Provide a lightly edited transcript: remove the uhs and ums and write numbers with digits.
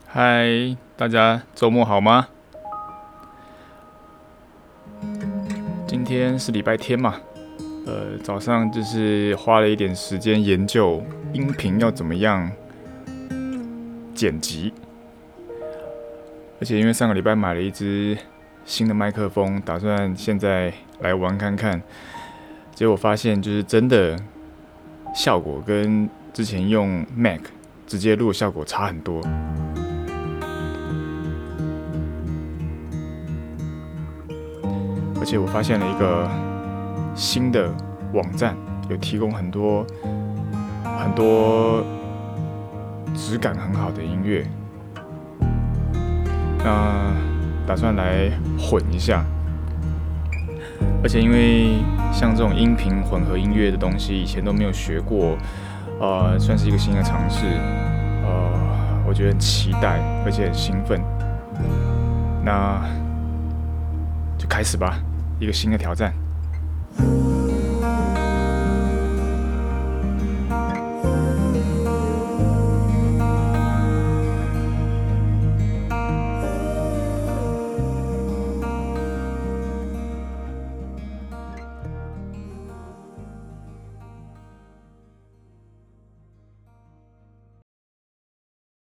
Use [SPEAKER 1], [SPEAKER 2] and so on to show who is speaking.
[SPEAKER 1] 嗨，大家周末好吗？今天是礼拜天嘛，早上就是花了一点时间研究音频要怎么样剪辑，而且因为上个礼拜买了一支新的麦克风，打算现在来玩看看，结果发现就是真的效果跟之前用 Mac 直接录的效果差很多。而且我发现了一个新的网站，有提供很多质感很好的音乐。那打算来混一下，而且因为像这种音频混合音乐的东西，以前都没有学过，算是一个新的尝试。我觉得很期待，而且很兴奋。那就开始吧，一个新的挑战。